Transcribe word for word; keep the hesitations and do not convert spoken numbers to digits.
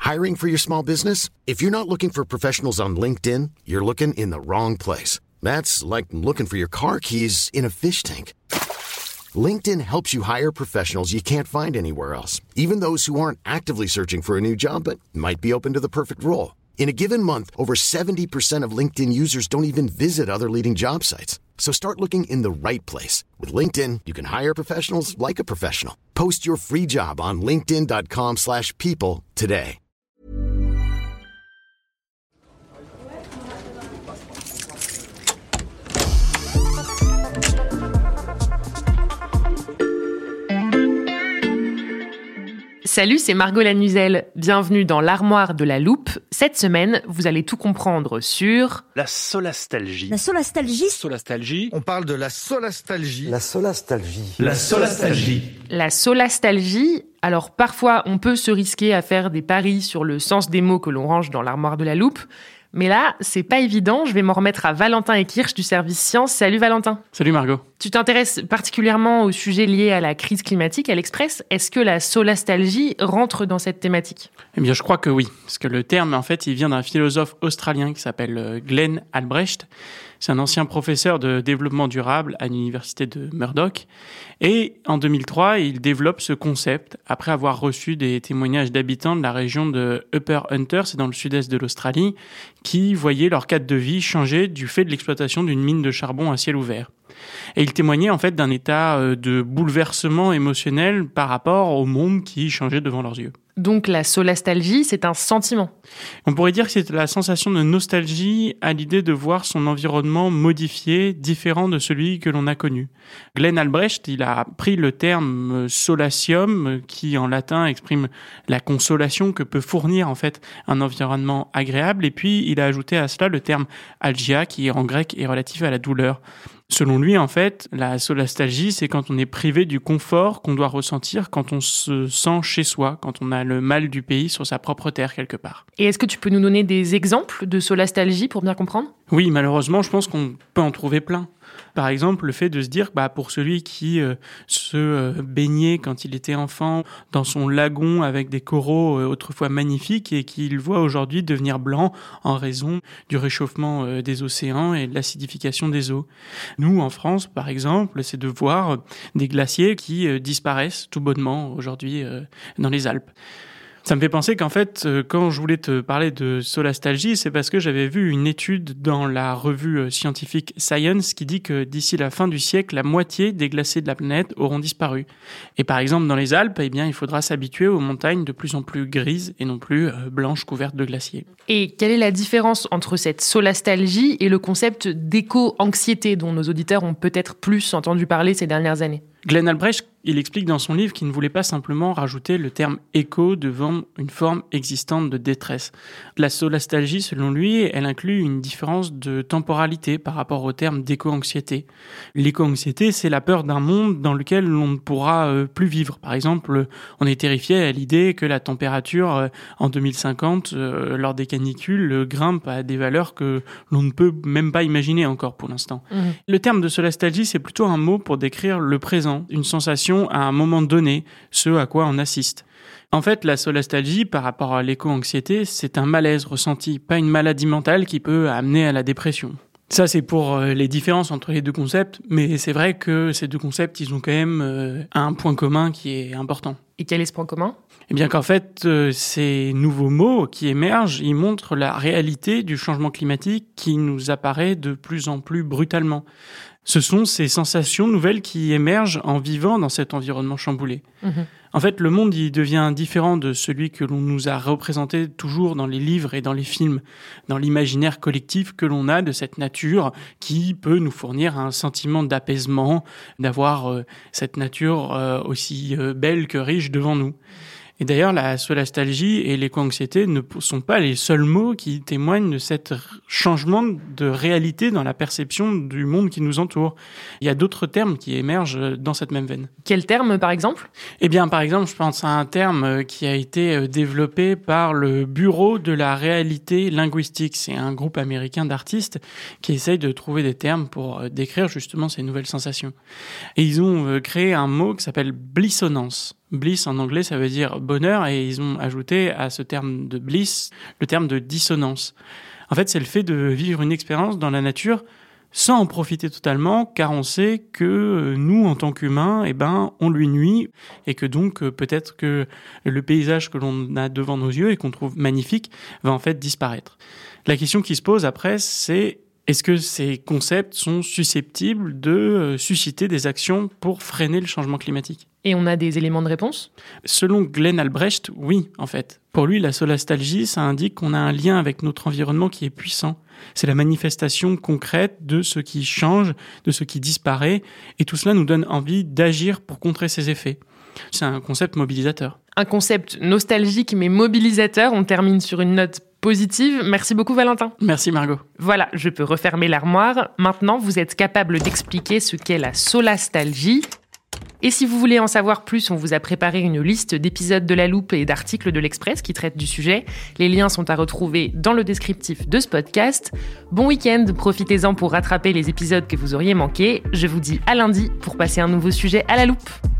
Hiring for your small business? If you're not looking for professionals on LinkedIn, you're looking in the wrong place. That's like looking for your car keys in a fish tank. LinkedIn helps you hire professionals you can't find anywhere else, even those who aren't actively searching for a new job but might be open to the perfect role. In a given month, over seventy percent of LinkedIn users don't even visit other leading job sites. So start looking in the right place. With LinkedIn, you can hire professionals like a professional. Post your free job on linkedin.com slash people today. Salut, c'est Margot Lanuzel. Bienvenue dans l'armoire de la loupe. Cette semaine, vous allez tout comprendre sur... La solastalgie. La solastalgie. Solastalgie. On parle de la solastalgie. La solastalgie. La solastalgie. La solastalgie. Alors parfois, on peut se risquer à faire des paris sur le sens des mots que l'on range dans l'armoire de la loupe. Mais là, c'est pas évident. Je vais m'en remettre à Valentin Ekirch du service Science. Salut Valentin. Salut Margot. Tu t'intéresses particulièrement au sujet lié à la crise climatique à l'Express. Est-ce que la solastalgie rentre dans cette thématique ? Eh bien, je crois que oui. Parce que le terme, en fait, il vient d'un philosophe australien qui s'appelle Glenn Albrecht. C'est un ancien professeur de développement durable à l'université de Murdoch. Et en deux mille trois, il développe ce concept après avoir reçu des témoignages d'habitants de la région de Upper Hunter, c'est dans le sud-est de l'Australie, qui voyaient leur cadre de vie changer du fait de l'exploitation d'une mine de charbon à ciel ouvert. Et il témoignait en fait d'un état de bouleversement émotionnel par rapport au monde qui changeait devant leurs yeux. Donc la solastalgie, c'est un sentiment. On pourrait dire que c'est la sensation de nostalgie à l'idée de voir son environnement modifié, différent de celui que l'on a connu. Glenn Albrecht, il a pris le terme solatium, qui en latin exprime la consolation que peut fournir en fait un environnement agréable, et puis il a ajouté à cela le terme algia, qui en grec est relatif à la douleur. Selon lui, en fait, la solastalgie, c'est quand on est privé du confort qu'on doit ressentir quand on se sent chez soi, quand on a le mal du pays sur sa propre terre quelque part. Et est-ce que tu peux nous donner des exemples de solastalgie pour bien comprendre ? Oui, malheureusement, je pense qu'on peut en trouver plein. Par exemple, le fait de se dire, bah, pour celui qui euh, se euh, baignait quand il était enfant dans son lagon avec des coraux euh, autrefois magnifiques et qu'il voit aujourd'hui devenir blanc en raison du réchauffement euh, des océans et de l'acidification des eaux. Nous, en France, par exemple, c'est de voir euh, des glaciers qui euh, disparaissent tout bonnement aujourd'hui euh, dans les Alpes. Ça me fait penser qu'en fait, quand je voulais te parler de solastalgie, c'est parce que j'avais vu une étude dans la revue scientifique Science qui dit que d'ici la fin du siècle, la moitié des glaciers de la planète auront disparu. Et par exemple, dans les Alpes, eh bien, il faudra s'habituer aux montagnes de plus en plus grises et non plus blanches couvertes de glaciers. Et quelle est la différence entre cette solastalgie et le concept d'éco-anxiété dont nos auditeurs ont peut-être plus entendu parler ces dernières années ? Glenn Albrecht, il explique dans son livre qu'il ne voulait pas simplement rajouter le terme éco devant une forme existante de détresse. La solastalgie, selon lui, elle inclut une différence de temporalité par rapport au terme d'éco-anxiété. L'éco-anxiété, c'est la peur d'un monde dans lequel l'on ne pourra euh, plus vivre. Par exemple, on est terrifié à l'idée que la température euh, en deux mille cinquante, euh, lors des canicules, euh, grimpe à des valeurs que l'on ne peut même pas imaginer encore pour l'instant. Mmh. Le terme de solastalgie, c'est plutôt un mot pour décrire le présent, une sensation à un moment donné, ce à quoi on assiste. En fait, la solastalgie, par rapport à l'éco-anxiété, c'est un malaise ressenti, pas une maladie mentale qui peut amener à la dépression. Ça, c'est pour les différences entre les deux concepts, mais c'est vrai que ces deux concepts, ils ont quand même un point commun qui est important. Et quel est ce point commun ? Eh bien qu'en fait, ces nouveaux mots qui émergent, ils montrent la réalité du changement climatique qui nous apparaît de plus en plus brutalement. Ce sont ces sensations nouvelles qui émergent en vivant dans cet environnement chamboulé. Mmh. En fait, le monde il devient différent de celui que l'on nous a représenté toujours dans les livres et dans les films, dans l'imaginaire collectif que l'on a de cette nature qui peut nous fournir un sentiment d'apaisement, d'avoir euh, cette nature euh, aussi euh, belle que riche devant nous. Et d'ailleurs, la solastalgie et l'éco-anxiété ne sont pas les seuls mots qui témoignent de cet changement de réalité dans la perception du monde qui nous entoure. Il y a d'autres termes qui émergent dans cette même veine. Quel terme, par exemple ? Eh bien, par exemple, je pense à un terme qui a été développé par le Bureau de la réalité linguistique. C'est un groupe américain d'artistes qui essaye de trouver des termes pour décrire justement ces nouvelles sensations. Et ils ont créé un mot qui s'appelle blissonance. Bliss en anglais, ça veut dire bonheur, et ils ont ajouté à ce terme de bliss le terme de dissonance. En fait, c'est le fait de vivre une expérience dans la nature sans en profiter totalement, car on sait que nous, en tant qu'humains, eh ben, on lui nuit, et que donc peut-être que le paysage que l'on a devant nos yeux et qu'on trouve magnifique va en fait disparaître. La question qui se pose après, c'est est-ce que ces concepts sont susceptibles de susciter des actions pour freiner le changement climatique ? Et on a des éléments de réponse ? Selon Glenn Albrecht, oui, en fait. Pour lui, la solastalgie, ça indique qu'on a un lien avec notre environnement qui est puissant. C'est la manifestation concrète de ce qui change, de ce qui disparaît, et tout cela nous donne envie d'agir pour contrer ces effets. C'est un concept mobilisateur. Un concept nostalgique mais mobilisateur. On termine sur une note positive. Merci beaucoup Valentin. Merci Margot. Voilà, je peux refermer l'armoire. Maintenant, vous êtes capable d'expliquer ce qu'est la solastalgie. Et si vous voulez en savoir plus, on vous a préparé une liste d'épisodes de La Loupe et d'articles de l'Express qui traitent du sujet. Les liens sont à retrouver dans le descriptif de ce podcast. Bon week-end, profitez-en pour rattraper les épisodes que vous auriez manqués. Je vous dis à lundi pour passer un nouveau sujet à La Loupe.